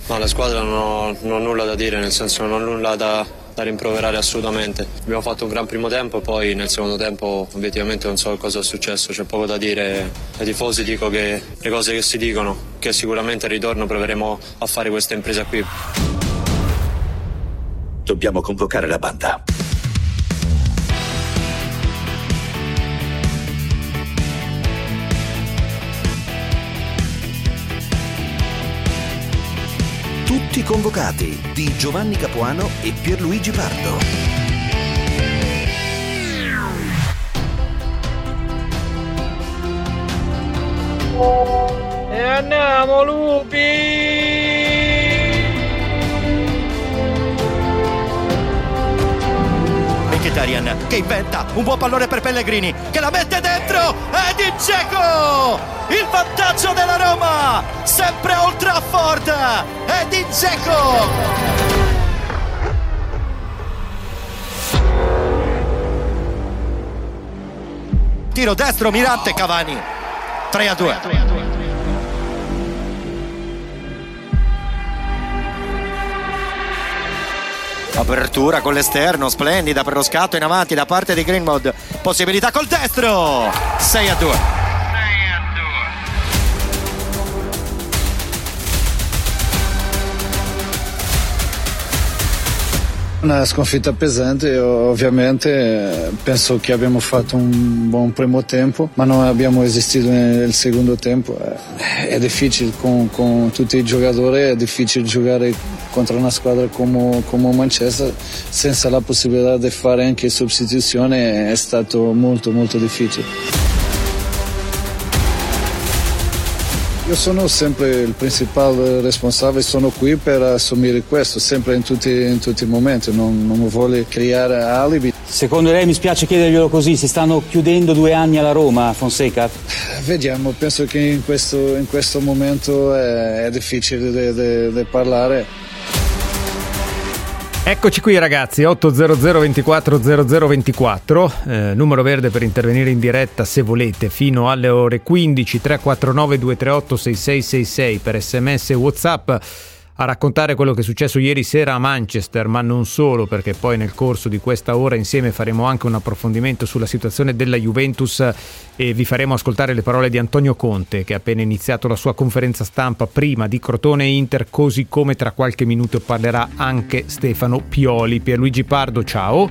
No, la squadra non ho nulla da dire, nel senso non ho nulla da rimproverare assolutamente. Abbiamo fatto un gran primo tempo, poi nel secondo tempo obiettivamente non so cosa è successo, c'è poco da dire. Ai tifosi dico che le cose che si dicono, che sicuramente al ritorno proveremo a fare questa impresa qui. Dobbiamo convocare la banda. Tutti convocati di Giovanni Capuano e Pierluigi Pardo. E andiamo lupi! Mkhitaryan che inventa un buon pallone per Pellegrini che la mette dentro. Edin Dzeko! Il vantaggio della Roma, sempre a Old Trafford. Edin Dzeko. Tiro destro, mirante, Cavani. 3-2. Apertura con l'esterno, splendida per lo scatto in avanti da parte di Greenwood. Possibilità col destro. 6-2. Una sconfitta pesante, ovviamente penso che abbiamo fatto un buon primo tempo, ma non abbiamo esistito nel secondo tempo. È difficile con tutti i giocatori, è difficile giocare contro una squadra come Manchester senza la possibilità di fare anche sostituzioni, è stato molto molto difficile. Io sono sempre il principale responsabile, sono qui per assumere questo, sempre in tutti i momenti, non voglio creare alibi. Secondo lei, mi spiace chiederglielo così, si stanno chiudendo 2 anni alla Roma, Fonseca? Vediamo, penso che in questo momento è difficile di parlare. Eccoci qui ragazzi, 800 24 0024, numero verde per intervenire in diretta se volete fino alle ore 15, 349 238 6666 per SMS e WhatsApp a raccontare quello che è successo ieri sera a Manchester, ma non solo, perché poi nel corso di questa ora insieme faremo anche un approfondimento sulla situazione della Juventus e vi faremo ascoltare le parole di Antonio Conte, che ha appena iniziato la sua conferenza stampa prima di Crotone e Inter, così come tra qualche minuto parlerà anche Stefano Pioli. Pierluigi Pardo, ciao.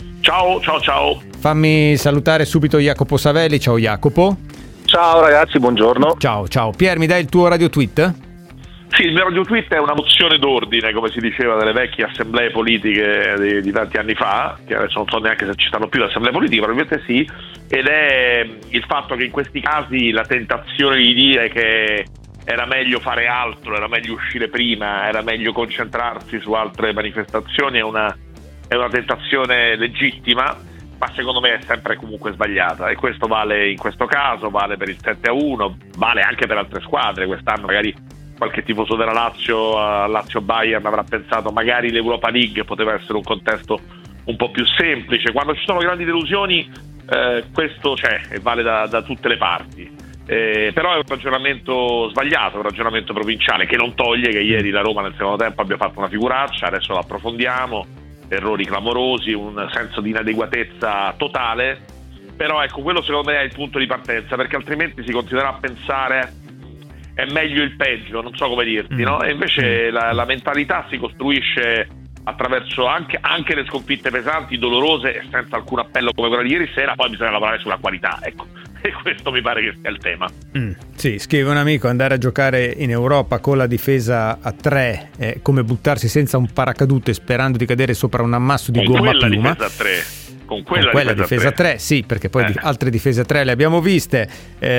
Ciao. Fammi salutare subito Jacopo Savelli. Ciao Jacopo. Ciao ragazzi, buongiorno. Ciao. Pier, mi dai il tuo radio tweet? Sì, il mio radio tweet è una mozione d'ordine, come si diceva nelle vecchie assemblee politiche di tanti anni fa, che adesso non so neanche se ci stanno più le assemblee politiche, probabilmente sì, ed è il fatto che in questi casi la tentazione di dire che era meglio fare altro, era meglio uscire prima, era meglio concentrarsi su altre manifestazioni è una tentazione legittima, ma secondo me è sempre comunque sbagliata, e questo vale in questo caso, vale per il 7-1, vale anche per altre squadre. Quest'anno magari qualche tifoso della Lazio-Bayern avrà pensato magari l'Europa League poteva essere un contesto un po' più semplice. Quando ci sono grandi delusioni questo c'è e vale da tutte le parti, però è un ragionamento sbagliato, un ragionamento provinciale, che non toglie che ieri la Roma nel secondo tempo abbia fatto una figuraccia. Adesso lo approfondiamo, errori clamorosi, un senso di inadeguatezza totale, però ecco, quello secondo me è il punto di partenza, perché altrimenti si continuerà a pensare è meglio il peggio, non so come dirti, no? E invece la mentalità si costruisce attraverso anche le sconfitte pesanti, dolorose e senza alcun appello come quella di ieri sera. Poi bisogna lavorare sulla qualità, ecco, e questo mi pare che sia il tema. Sì, scrive un amico, andare a giocare in Europa con la difesa a 3 è come buttarsi senza un paracadute sperando di cadere sopra un ammasso di gomma piuma. Difesa a 3. Con quella difesa 3, sì, perché poi altre difese 3 le abbiamo viste.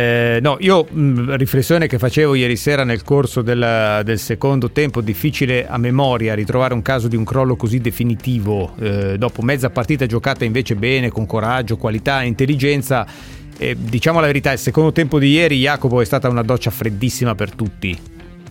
Riflessione che facevo ieri sera nel corso del secondo tempo, difficile a memoria ritrovare un caso di un crollo così definitivo dopo mezza partita giocata invece bene, con coraggio, qualità e intelligenza. Diciamo la verità, il secondo tempo di ieri, Jacopo, è stata una doccia freddissima per tutti.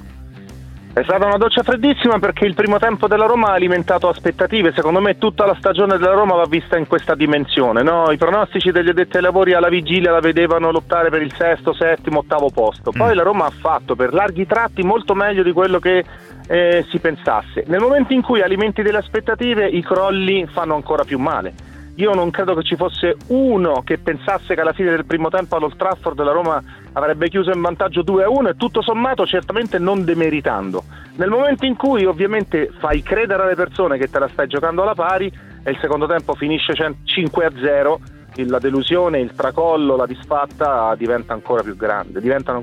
È stata una doccia freddissima perché il primo tempo della Roma ha alimentato aspettative. Secondo me tutta la stagione della Roma va vista in questa dimensione, no? I pronostici degli addetti ai lavori alla vigilia la vedevano lottare per il sesto, settimo, ottavo posto. Poi la Roma ha fatto per larghi tratti molto meglio di quello che si pensasse. Nel momento in cui alimenti delle aspettative, i crolli fanno ancora più male. Io non credo che ci fosse uno che pensasse che alla fine del primo tempo all'Old Trafford la Roma avrebbe chiuso in vantaggio 2-1 e tutto sommato certamente non demeritando. Nel momento in cui ovviamente fai credere alle persone che te la stai giocando alla pari e il secondo tempo finisce 5-0, la delusione, il tracollo, la disfatta diventano ancora più grandi.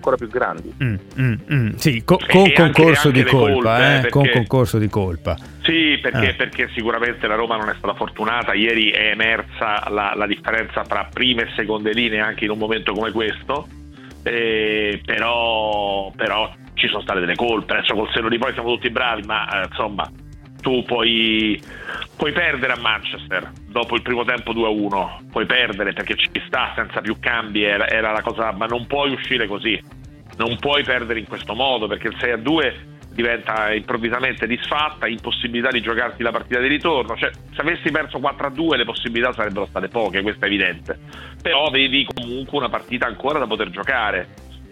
Sì, con concorso di colpa, perché... con concorso di colpa. Sì, perché sicuramente la Roma non è stata fortunata. Ieri è emersa la differenza tra prime e seconde linee anche in un momento come questo, però ci sono state delle colpe. Adesso col senno di poi siamo tutti bravi, ma insomma tu puoi perdere a Manchester dopo il primo tempo 2-1, puoi perdere perché ci sta senza più cambi, era la cosa, ma non puoi uscire così, non puoi perdere in questo modo, perché il 6-2 diventa improvvisamente disfatta, impossibilità di giocarti la partita di ritorno. Cioè, se avessi perso 4-2 le possibilità sarebbero state poche, questo è evidente, però avevi comunque una partita ancora da poter giocare.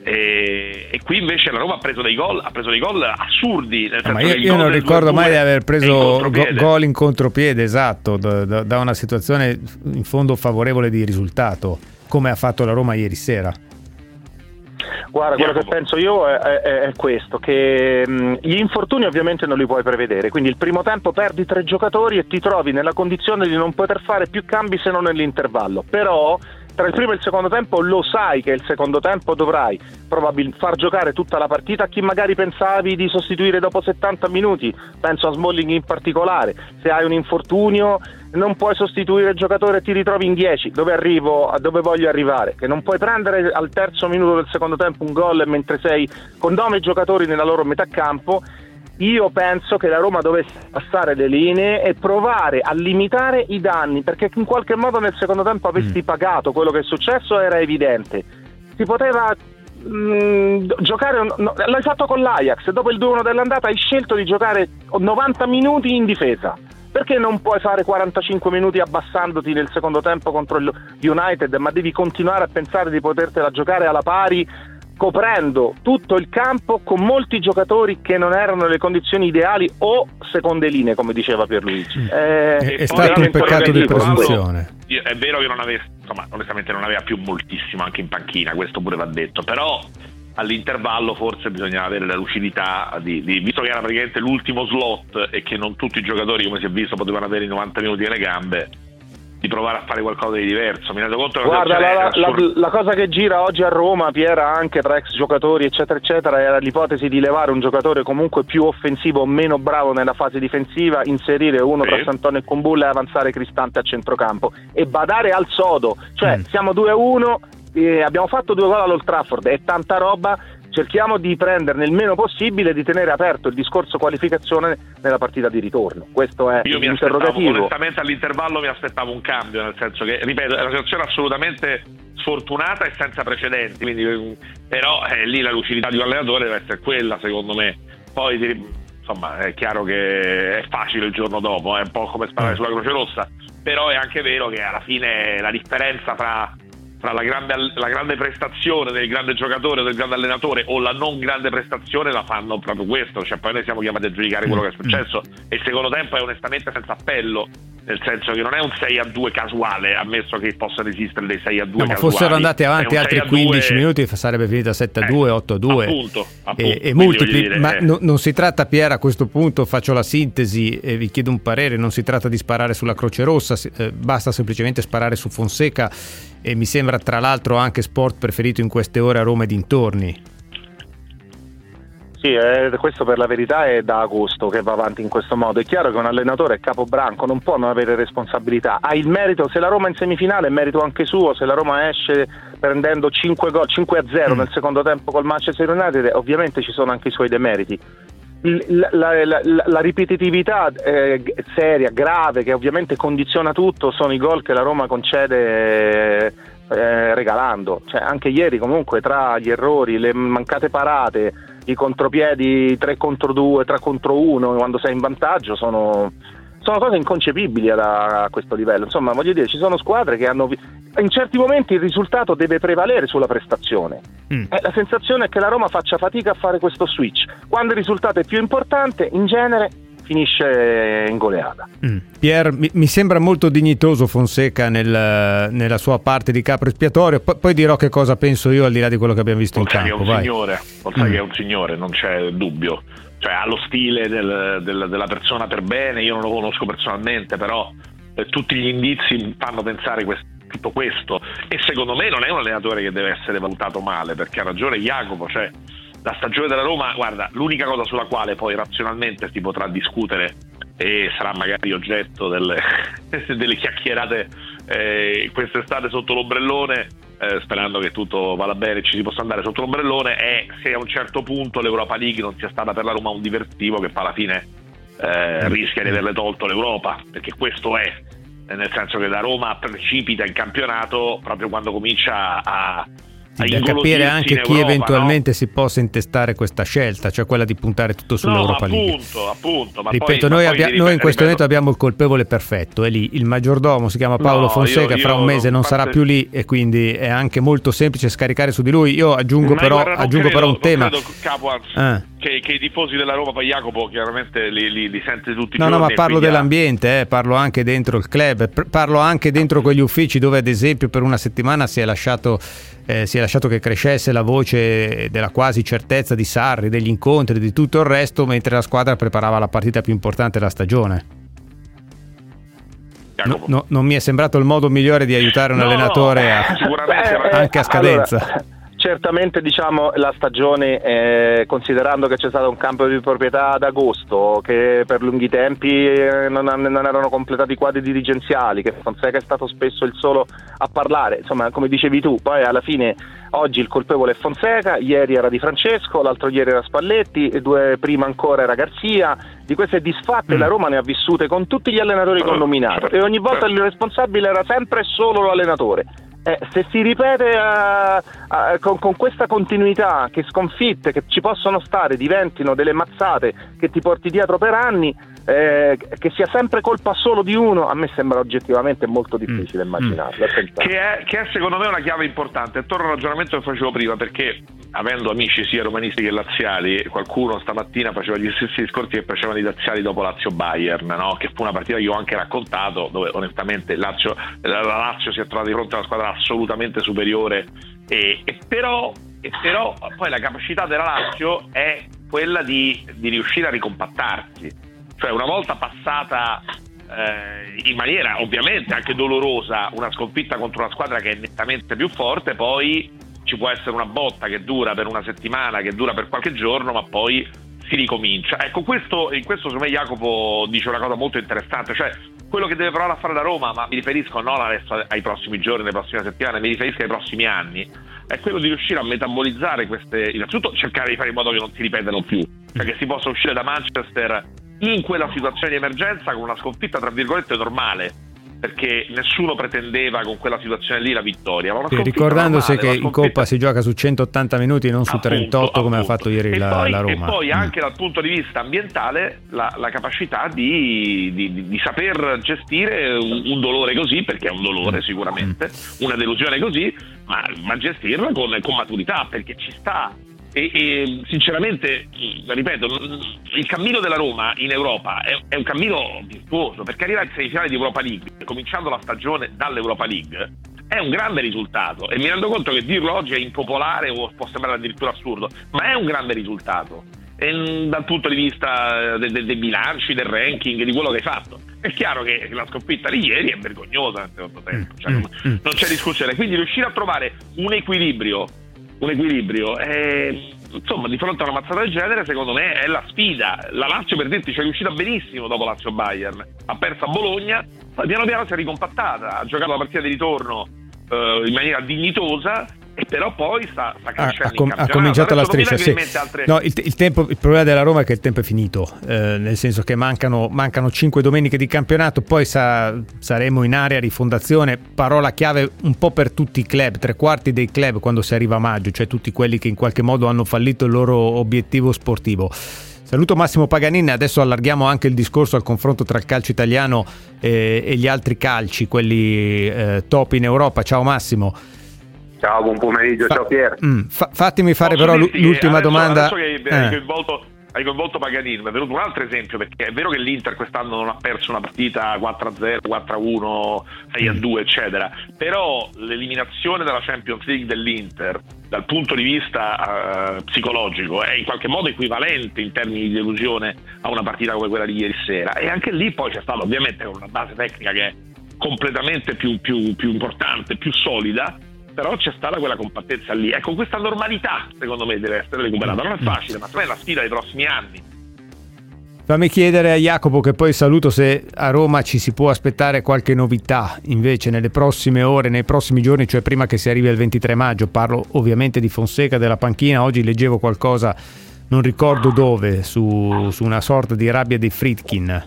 E qui invece la Roma ha preso dei gol assurdi, nel senso ma che io non ricordo mai di aver preso gol in contropiede, esatto, da una situazione in fondo favorevole di risultato, come ha fatto la Roma ieri sera. Guarda, quello che penso io è questo, che gli infortuni ovviamente non li puoi prevedere, quindi il primo tempo perdi 3 giocatori e ti trovi nella condizione di non poter fare più cambi se non nell'intervallo, però tra il primo e il secondo tempo lo sai che il secondo tempo dovrai probabilmente far giocare tutta la partita a chi magari pensavi di sostituire dopo 70 minuti, penso a Smalling in particolare. Se hai un infortunio non puoi sostituire il giocatore e ti ritrovi in 10, dove voglio arrivare? Che non puoi prendere al terzo minuto del secondo tempo un gol mentre sei con 9 giocatori nella loro metà campo. Io penso che la Roma dovesse passare le linee e provare a limitare i danni, perché in qualche modo nel secondo tempo avessi pagato quello che è successo, era evidente. Si poteva giocare, l'hai fatto con l'Ajax, dopo il 2-1 dell'andata hai scelto di giocare 90 minuti in difesa. Perché non puoi fare 45 minuti abbassandoti nel secondo tempo contro il United, ma devi continuare a pensare di potertela giocare alla pari, coprendo tutto il campo con molti giocatori che non erano nelle condizioni ideali o seconde linee, come diceva Pierluigi. È stato un peccato di presunzione. È vero che onestamente non aveva più moltissimo anche in panchina, questo pure va detto, però all'intervallo forse bisognava avere la lucidità visto che era praticamente l'ultimo slot e che non tutti i giocatori, come si è visto, potevano avere i 90 minuti nelle gambe, di provare a fare qualcosa di diverso. Mi rendo conto che la cosa che gira oggi a Roma, Piera, anche tra ex giocatori eccetera eccetera, era l'ipotesi di levare un giocatore comunque più offensivo o meno bravo nella fase difensiva, inserire uno tra Sant'Antonio e Kumbulla e avanzare Cristante a centrocampo e badare al sodo, cioè siamo 2-1, abbiamo fatto 2 gol all'Old Trafford, è tanta roba, cerchiamo di prenderne il meno possibile e di tenere aperto il discorso qualificazione nella partita di ritorno. Questo è l'interrogativo. Onestamente all'intervallo mi aspettavo un cambio, nel senso che, ripeto, è una situazione assolutamente sfortunata e senza precedenti, quindi, però lì la lucidità di un allenatore deve essere quella, secondo me. Poi insomma è chiaro che è facile il giorno dopo, è un po' come sparare sulla Croce Rossa, però è anche vero che alla fine la differenza tra la grande prestazione del grande giocatore o del grande allenatore o la non grande prestazione la fanno proprio questo, cioè poi noi siamo chiamati a giudicare quello che è successo e il secondo tempo è onestamente senza appello, nel senso che non è un 6-2 casuale, ammesso che possano esistere dei 6-2 casuali. Ma fossero andati avanti altri 15 minuti sarebbe finita 7-2, 8-2 appunto, e multipli, ma non si tratta, Piera, a questo punto faccio la sintesi e vi chiedo un parere, non si tratta di sparare sulla Croce Rossa, basta semplicemente sparare su Fonseca, e mi sembra tra l'altro anche sport preferito in queste ore a Roma e dintorni. Sì, questo per la verità è da agosto che va avanti in questo modo. È chiaro che un allenatore è capobranco, non può non avere responsabilità, ha il merito, se la Roma è in semifinale è merito anche suo, se la Roma esce prendendo 5-0 nel secondo tempo col Manchester United, ovviamente ci sono anche i suoi demeriti. La ripetitività seria, grave, che ovviamente condiziona tutto, sono i gol che la Roma concede regalando, cioè anche ieri comunque tra gli errori, le mancate parate, i contropiedi 3 contro 2, 3 contro 1 quando sei in vantaggio sono cose inconcepibili a questo livello. Insomma, voglio dire, ci sono squadre che hanno in certi momenti il risultato deve prevalere sulla prestazione. La sensazione è che la Roma faccia fatica a fare questo switch. Quando il risultato è più importante, in genere finisce in goleata. Pier, mi sembra molto dignitoso Fonseca nella sua parte di capro espiatorio, poi dirò che cosa penso io al di là di quello che abbiamo visto in campo. Che è un signore, non c'è dubbio, cioè ha lo stile della persona per bene. Io non lo conosco personalmente, però tutti gli indizi fanno pensare tutto questo, e secondo me non è un allenatore che deve essere valutato male, perché ha ragione Jacopo, cioè la stagione della Roma, guarda, l'unica cosa sulla quale poi razionalmente si potrà discutere e sarà magari oggetto delle chiacchierate quest'estate sotto l'ombrellone, sperando che tutto vada bene e ci si possa andare sotto l'ombrellone, è se a un certo punto l'Europa League non sia stata per la Roma un divertivo che poi alla fine rischia di averle tolto l'Europa, perché questo è, nel senso che la Roma precipita in campionato proprio quando comincia a da capire anche chi Europa, eventualmente si possa intestare questa scelta, cioè quella di puntare tutto sull'Europa League. Appunto. Ripeto, noi in questo momento abbiamo il colpevole perfetto, è lì il maggiordomo, si chiama Paolo Fonseca, fra un mese non sarà più lì e quindi è anche molto semplice scaricare su di lui. Io aggiungo però un tema. Che i tifosi della Roma, poi Jacopo chiaramente li sente tutti i giorni. No, ma parlo dell'ambiente, parlo anche dentro il club, parlo anche dentro quegli uffici dove ad esempio per una settimana si è lasciato che crescesse la voce della quasi certezza di Sarri, degli incontri, di tutto il resto, mentre la squadra preparava la partita più importante della stagione. Non mi è sembrato il modo migliore di aiutare un allenatore anche a scadenza. Allora, certamente la stagione, considerando che c'è stato un cambio di proprietà ad agosto, che per lunghi tempi non erano completati i quadri dirigenziali, che Fonseca è stato spesso il solo a parlare, insomma, come dicevi tu, poi alla fine oggi il colpevole è Fonseca, ieri era Di Francesco, l'altro ieri era Spalletti, e due prima ancora era Garzia. Di queste disfatte la Roma ne ha vissute con tutti gli allenatori che ho nominato, e ogni volta il responsabile era sempre e solo l'allenatore. Se si ripete con questa continuità, che sconfitte che ci possono stare diventino delle mazzate che ti porti dietro per anni, che sia sempre colpa solo di uno, a me sembra oggettivamente molto difficile immaginarlo. Che è secondo me una chiave importante. Torno al ragionamento che facevo prima, perché avendo amici sia romanisti che laziali, qualcuno stamattina faceva gli stessi discorsi che facevano i laziali dopo Lazio-Bayern, no? Che fu una partita che io ho anche raccontato, dove onestamente la Lazio si è trovata di fronte a una squadra assolutamente superiore, e però poi la capacità della Lazio è quella di riuscire a ricompattarsi. Cioè, una volta passata in maniera ovviamente anche dolorosa una sconfitta contro una squadra che è nettamente più forte, poi ci può essere una botta che dura per una settimana, che dura per qualche giorno, ma poi si ricomincia. Ecco, in questo secondo me Jacopo dice una cosa molto interessante, cioè quello che deve provare a fare la Roma, ma mi riferisco non adesso ai prossimi giorni, alle prossime settimane, mi riferisco ai prossimi anni, è quello di riuscire a metabolizzare queste, innanzitutto cercare di fare in modo che non si ripetano più, cioè che si possa uscire da Manchester in quella situazione di emergenza con una sconfitta tra virgolette normale, perché nessuno pretendeva con quella situazione lì la vittoria, ma ricordandosi che in Coppa si gioca su 180 minuti e non su 38 come ha fatto ieri la Roma. E poi anche dal punto di vista ambientale la capacità di saper gestire un dolore così, perché è un dolore sicuramente, una delusione così, ma gestirla con maturità, perché ci sta. E sinceramente, ripeto, il cammino della Roma in Europa è un cammino virtuoso, perché arrivare in semifinale di Europa League, cominciando la stagione dall'Europa League, è un grande risultato, e mi rendo conto che dirlo oggi è impopolare o può sembrare addirittura assurdo, ma è un grande risultato, e dal punto di vista dei bilanci, del ranking, di quello che hai fatto. È chiaro che la sconfitta di ieri è vergognosa nel secondo tempo, cioè non c'è discussione, quindi riuscire a trovare un equilibrio insomma, di fronte a una mazzata del genere, secondo me è la sfida. La Lazio, per dirti, ci è riuscita benissimo dopo Lazio-Bayern, ha perso a Bologna, poi piano piano si è ricompattata, ha giocato la partita di ritorno in maniera dignitosa, e però poi sta crescendo ha cominciato la striscia, sì. No, il problema della Roma è che il tempo è finito, nel senso che mancano 5 domeniche di campionato, poi saremo in area rifondazione, parola chiave un po' per tutti i club, 3/4 dei club quando si arriva a maggio, cioè tutti quelli che in qualche modo hanno fallito il loro obiettivo sportivo. Saluto Massimo Paganin, adesso allarghiamo anche il discorso al confronto tra il calcio italiano e gli altri calci, quelli top in Europa. Ciao Massimo. Ciao, buon pomeriggio, ciao Pier. Fatemi fare però l'ultima domanda. Adesso che hai coinvolto Paganin, mi è venuto un altro esempio, perché è vero che l'Inter quest'anno non ha perso una partita 4-0, 4-1, 6-2 eccetera, però l'eliminazione dalla Champions League dell'Inter dal punto di vista psicologico è in qualche modo equivalente in termini di delusione a una partita come quella di ieri sera, e anche lì poi c'è stato ovviamente una base tecnica che è completamente più importante, più solida, però c'è stata quella compattezza lì. Ecco, questa normalità secondo me deve essere recuperata. Non è facile, ma è la sfida dei prossimi anni. Fammi chiedere a Jacopo, che poi saluto, se a Roma ci si può aspettare qualche novità invece nelle prossime ore, nei prossimi giorni, cioè prima che si arrivi al 23 maggio. Parlo ovviamente di Fonseca, della panchina. Oggi leggevo qualcosa, non ricordo dove, su una sorta di rabbia dei Friedkin.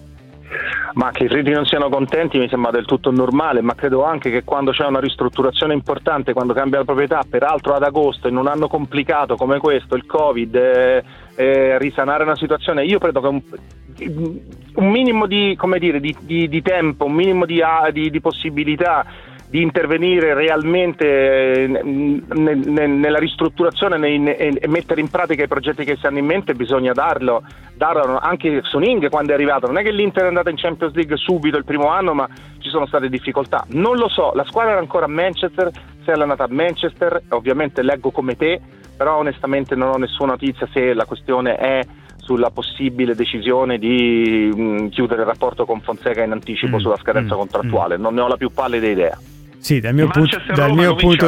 Ma che i Friedkin non siano contenti mi sembra del tutto normale, ma credo anche che quando c'è una ristrutturazione importante, quando cambia la proprietà, peraltro ad agosto, in un anno complicato come questo, il Covid, risanare una situazione, io credo che un minimo di, come dire, di tempo, un minimo di possibilità di intervenire realmente nella ristrutturazione e mettere in pratica i progetti che si hanno in mente, bisogna darlo anche Suning quando è arrivato. Non è che l'Inter è andata in Champions League subito il primo anno, ma ci sono state difficoltà. Non lo so, la squadra era ancora a Manchester, si è allenata a Manchester, ovviamente leggo come te, però onestamente non ho nessuna notizia se la questione è sulla possibile decisione di chiudere il rapporto con Fonseca in anticipo sulla scadenza contrattuale. Non ne ho la più pallida idea. Sì, dal mio punto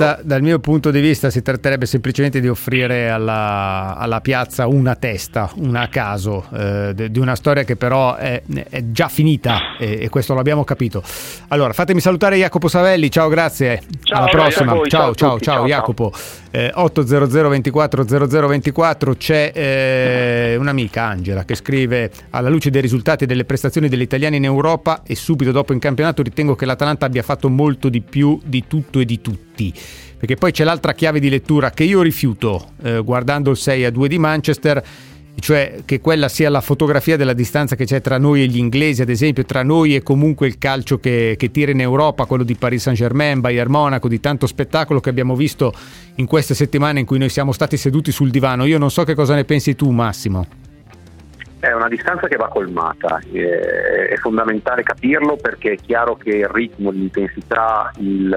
di vista si tratterebbe semplicemente di offrire alla piazza una testa, una a caso, di una storia che però è già finita, e questo l'abbiamo capito. Allora, fatemi salutare Jacopo Savelli, ciao, grazie, alla prossima. Ciao Jacopo. 800 24 0024. C'è un'amica, Angela, che scrive: alla luce dei risultati e delle prestazioni degli italiani in Europa e subito dopo in campionato, ritengo che l'Atalanta abbia fatto molto di più di tutto e di tutti, perché poi c'è l'altra chiave di lettura che io rifiuto guardando il 6-2 di Manchester, cioè che quella sia la fotografia della distanza che c'è tra noi e gli inglesi, ad esempio, tra noi e comunque il calcio che tira in Europa, quello di Paris Saint-Germain, Bayern Monaco, di tanto spettacolo che abbiamo visto in queste settimane in cui noi siamo stati seduti sul divano. Io non so che cosa ne pensi tu, Massimo. È una distanza che va colmata, è fondamentale capirlo, perché è chiaro che il ritmo, l'intensità,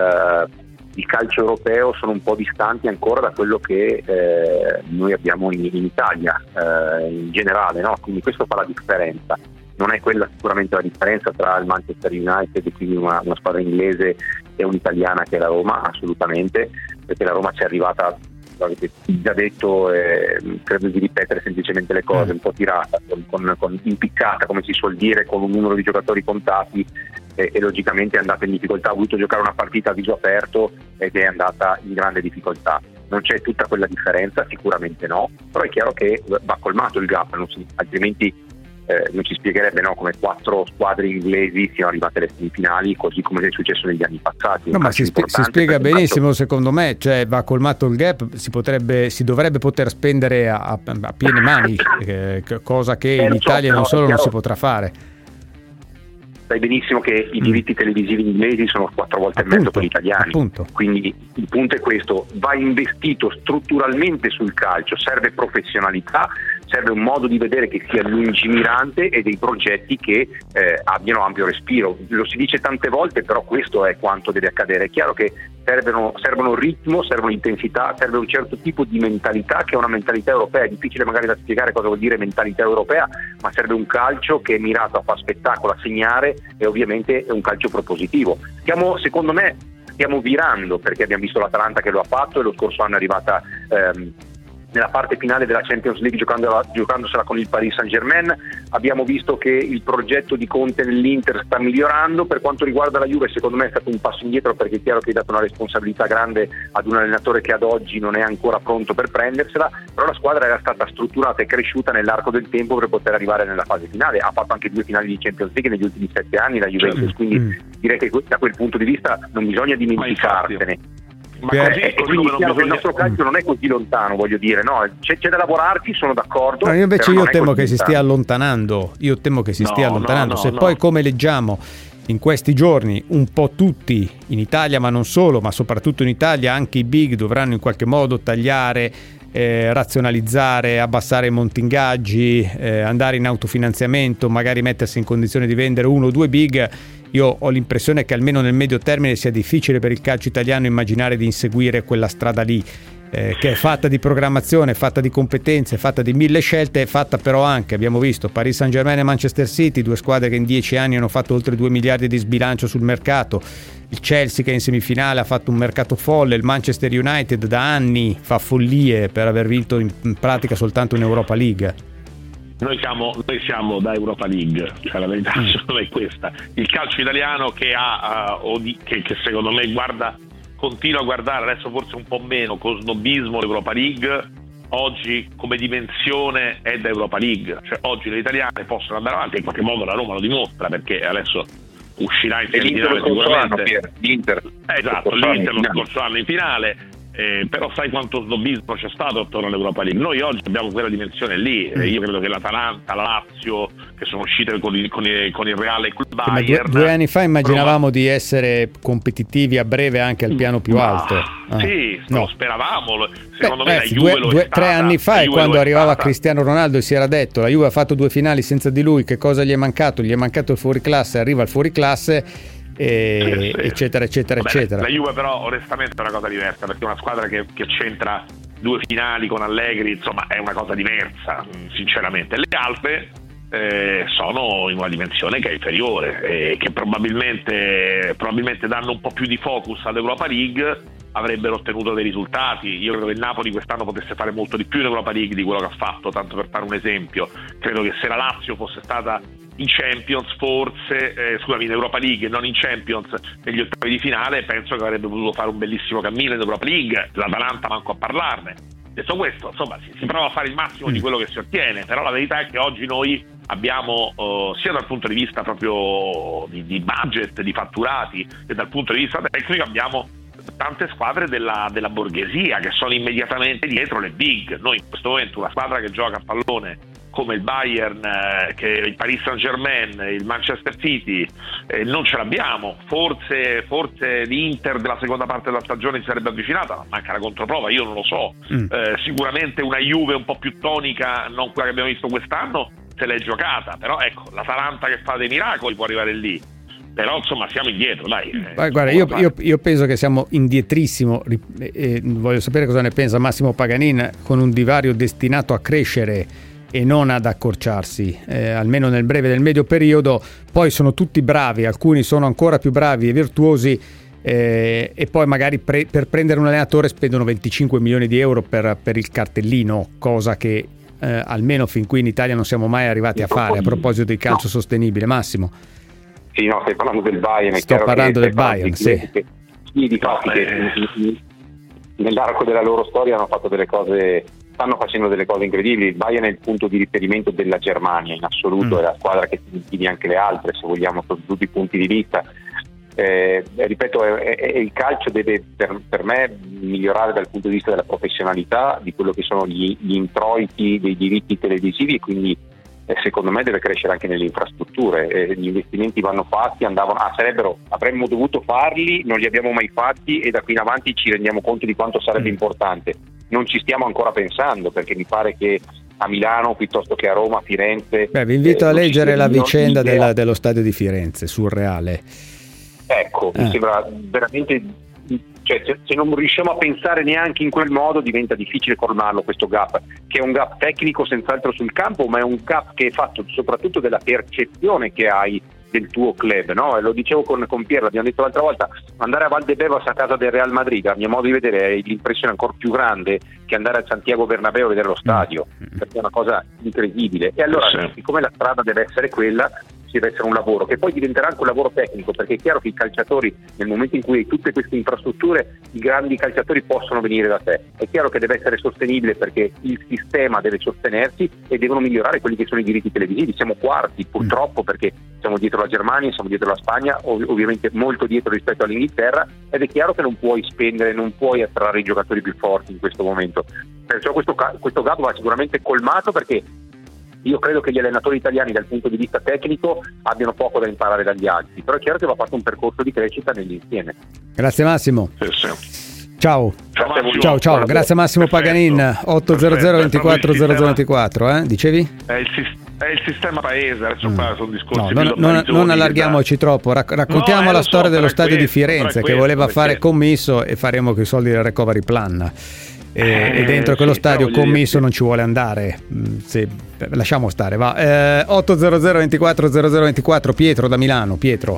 il calcio europeo sono un po' distanti ancora da quello che noi abbiamo in Italia in generale, no? Quindi questo fa la differenza. Non è quella sicuramente la differenza tra il Manchester United e quindi una squadra inglese e un'italiana che è la Roma, assolutamente, perché la Roma ci è arrivata, avete già detto, credo di ripetere semplicemente le cose, un po' tirata, con impiccata, come si suol dire, con un numero di giocatori contati, e logicamente è andata in difficoltà, ha voluto giocare una partita a viso aperto ed è andata in grande difficoltà. Non c'è tutta quella differenza, sicuramente no, però è chiaro che va colmato il gap, altrimenti non ci spiegherebbe, no, come 4 squadre inglesi siano arrivate alle semifinali, così come è successo negli anni passati. No, ma si spiega benissimo, secondo me, cioè va colmato il gap, si dovrebbe poter spendere a piene mani, cosa che in Italia non solo non si potrà fare. Sai benissimo che i diritti televisivi inglesi sono 4 volte e mezzo per gli italiani, quindi il punto è questo: va investito strutturalmente sul calcio, serve professionalità, serve un modo di vedere che sia lungimirante e dei progetti che abbiano ampio respiro. Lo si dice tante volte, però questo è quanto deve accadere. È chiaro che servono ritmo, servono intensità, serve un certo tipo di mentalità che è una mentalità europea. È difficile magari da spiegare cosa vuol dire mentalità europea, ma serve un calcio che è mirato a fare spettacolo, a segnare, e ovviamente è un calcio propositivo. Secondo me stiamo virando, perché abbiamo visto l'Atalanta che lo ha fatto, e lo scorso anno è arrivata nella parte finale della Champions League giocandosela con il Paris Saint-Germain. Abbiamo visto che il progetto di Conte nell'Inter sta migliorando. Per quanto riguarda la Juve, secondo me è stato un passo indietro, perché è chiaro che hai dato una responsabilità grande ad un allenatore che ad oggi non è ancora pronto per prendersela, però la squadra era stata strutturata e cresciuta nell'arco del tempo per poter arrivare nella fase finale. Ha fatto anche 2 finali di Champions League negli ultimi 7 anni la Juventus, quindi direi che da quel punto di vista non bisogna dimenticarsene. il nostro calcio non è così lontano, voglio dire, no? C'è da lavorarci, sono d'accordo. No, io temo che si stia allontanando. Se poi, come leggiamo in questi giorni, un po' tutti in Italia, ma non solo, ma soprattutto in Italia, anche i big dovranno in qualche modo tagliare, razionalizzare, abbassare i monti ingaggi, andare in autofinanziamento, magari mettersi in condizione di vendere 1 o 2 big. Io ho l'impressione che almeno nel medio termine sia difficile per il calcio italiano immaginare di inseguire quella strada lì, che è fatta di programmazione, fatta di competenze, fatta di 1000 scelte, fatta però anche, abbiamo visto, Paris Saint-Germain e Manchester City, 2 squadre che in 10 anni hanno fatto oltre 2 miliardi di sbilancio sul mercato, il Chelsea che in semifinale ha fatto un mercato folle, il Manchester United da anni fa follie per aver vinto in pratica soltanto un'Europa League. Noi siamo da Europa League, cioè la verità è questa. Il calcio italiano che che secondo me continua a guardare, adesso forse un po' meno, con snobismo l'Europa League, oggi come dimensione è da Europa League. Cioè oggi le italiane possono andare avanti, in qualche modo la Roma lo dimostra, perché adesso uscirà in semifinale sicuramente. L'Inter lo scorso anno in finale. Però sai quanto snobismo c'è stato attorno all'Europa League? Noi oggi abbiamo quella dimensione lì. Io credo che l'Atalanta, la Lazio, che sono uscite con il Reale e il Bayern, ma 2 anni fa immaginavamo di essere competitivi a breve anche al piano più alto. Lo speravamo. Secondo me la Juve lo è stata. 3 anni fa è quando arrivava Cristiano Ronaldo e si era detto: la Juve ha fatto 2 finali senza di lui, che cosa gli è mancato? Gli è mancato il fuoriclasse, arriva il fuoriclasse, eccetera eccetera. La Juve però onestamente è una cosa diversa, perché è una squadra che c'entra 2 finali con Allegri, insomma è una cosa diversa sinceramente. Le altre sono in una dimensione che è inferiore, che probabilmente danno un po' più di focus all'Europa League, avrebbero ottenuto dei risultati. Io credo che il Napoli quest'anno potesse fare molto di più in Europa League di quello che ha fatto, tanto per fare un esempio. Credo che se la Lazio fosse stata in Champions, in Europa League e non in Champions negli ottavi di finale, penso che avrebbe potuto fare un bellissimo cammino in Europa League. L'Atalanta manco a parlarne. Detto questo, insomma, si prova a fare il massimo di quello che si ottiene, però la verità è che oggi noi abbiamo, sia dal punto di vista proprio di budget, di fatturati, e dal punto di vista tecnico, abbiamo tante squadre della borghesia che sono immediatamente dietro le big. Noi in questo momento una squadra che gioca a pallone come il Bayern, che il Paris Saint-Germain, il Manchester City, non ce l'abbiamo. Forse l'Inter della seconda parte della stagione si sarebbe avvicinata, ma manca la controprova, io non lo so. Sicuramente una Juve un po' più tonica, non quella che abbiamo visto quest'anno, se l'è giocata, però ecco, l'Atalanta che fa dei miracoli può arrivare lì. Però insomma siamo indietro, dai. Guarda, io penso che siamo indietrissimo, voglio sapere cosa ne pensa Massimo Paganin, con un divario destinato a crescere e non ad accorciarsi, almeno nel breve e nel medio periodo. Poi sono tutti bravi, alcuni sono ancora più bravi e virtuosi, e poi magari per prendere un allenatore spendono 25 milioni di euro per il cartellino, cosa che almeno fin qui in Italia non siamo mai arrivati a fare. A proposito di calcio sostenibile, Massimo. Sì, no, stai parlando del Bayern. Sto parlando del Bayern, sì. Di fatti che nell'arco della loro storia stanno facendo delle cose incredibili. Il Bayern è il punto di riferimento della Germania in assoluto, è la squadra che si impegna anche le altre, se vogliamo, sotto tutti i punti di vista. Ripeto, il calcio deve per me migliorare dal punto di vista della professionalità, di quello che sono gli introiti dei diritti televisivi, e quindi secondo me deve crescere anche nelle infrastrutture. Gli investimenti vanno fatti, avremmo dovuto farli, non li abbiamo mai fatti, e da qui in avanti ci rendiamo conto di quanto sarebbe importante. Non ci stiamo ancora pensando, perché mi pare che a Milano piuttosto che a Roma, a Firenze. Vi invito a leggere la vicenda dello stadio di Firenze, surreale. Ecco, mi sembra veramente, cioè, se non riusciamo a pensare neanche in quel modo, diventa difficile colmarlo questo gap, che è un gap tecnico senz'altro sul campo, ma è un gap che è fatto soprattutto della percezione che hai del tuo club, no? E lo dicevo con Piero, l'abbiamo detto l'altra volta, andare a Valdebebas a casa del Real Madrid, a mio modo di vedere, è l'impressione ancora più grande che andare a Santiago Bernabéu a vedere lo stadio, perché è una cosa incredibile. E allora, siccome la strada deve essere quella, ci deve essere un lavoro che poi diventerà anche un lavoro tecnico, perché è chiaro che i calciatori, nel momento in cui hai tutte queste infrastrutture, i grandi calciatori possono venire da te. È chiaro che deve essere sostenibile, perché il sistema deve sostenersi e devono migliorare quelli che sono i diritti televisivi. Siamo quarti purtroppo, perché siamo dietro la Germania, siamo dietro la Spagna, ovviamente molto dietro rispetto all'Inghilterra, ed è chiaro che non puoi spendere, non puoi attrarre i giocatori più forti in questo momento. Perciò questo gap va sicuramente colmato, perché io credo che gli allenatori italiani dal punto di vista tecnico abbiano poco da imparare dagli altri, però è chiaro che va fatto un percorso di crescita nell'insieme. Grazie Massimo. Ciao. Ciao. Grazie Massimo Paganin. 800 24 0024, dicevi? È il sistema paese, adesso qua sono discorsi non allarghiamoci troppo, raccontiamo la storia dello stadio di Firenze che voleva fare commisso, e faremo con i soldi del recovery plan. E dentro quello stadio commisso non ci vuole andare, lasciamo stare, va. 800 24 0024. Pietro da Milano. Pietro.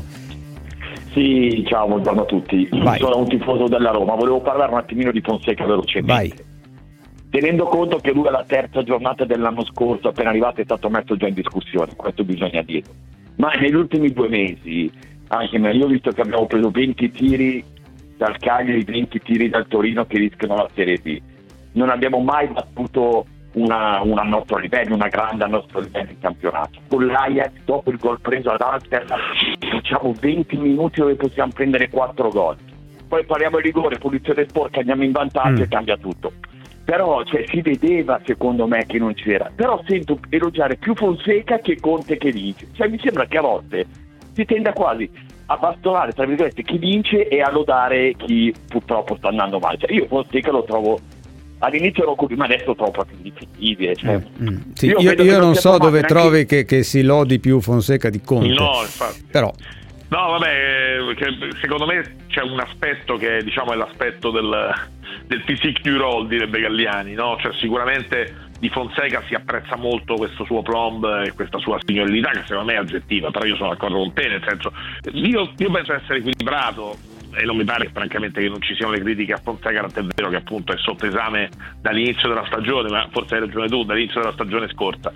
Sì, ciao, buongiorno a tutti. Sono un tifoso della Roma, volevo parlare un attimino di Fonseca velocemente. Vai. Tenendo conto che lui alla terza giornata dell'anno scorso, appena arrivato, è stato messo già in discussione, questo bisogna dirlo. Ma negli ultimi 2 mesi, anche io ho visto che abbiamo preso 20 tiri dal Cagliari, 20 tiri dal Torino che rischiano la Serie B. Non abbiamo mai battuto una al nostro livello, una grande al nostro livello in campionato. Con l'Ajax, dopo il gol preso ad Amsterdam, facciamo 20 minuti dove possiamo prendere 4 gol. Poi pariamo il rigore, punizione sporca, andiamo in vantaggio e cambia tutto. Però si vedeva, secondo me, che non c'era. Però sento elogiare più Fonseca che Conte che vince. Mi sembra che a volte si tenda quasi a bastonare, tra virgolette, chi vince e a lodare chi purtroppo sta andando male. Io Fonseca lo trovo, all'inizio lo ma adesso lo trovo proprio indifendibile. Sì, io non so dove trovi che si lodi più Fonseca di Conte. No, infatti. Però no, vabbè, che secondo me c'è un aspetto che diciamo è l'aspetto del physique du rôle, direbbe Galliani, no? Cioè sicuramente di Fonseca si apprezza molto questo suo plomb e questa sua signorilità, che secondo me è aggettiva, però io sono d'accordo con te, nel senso io penso essere equilibrato e non mi pare francamente che non ci siano le critiche a Fonseca, tant'è vero che appunto è sotto esame dall'inizio della stagione, ma forse hai ragione tu, dall'inizio della stagione scorsa.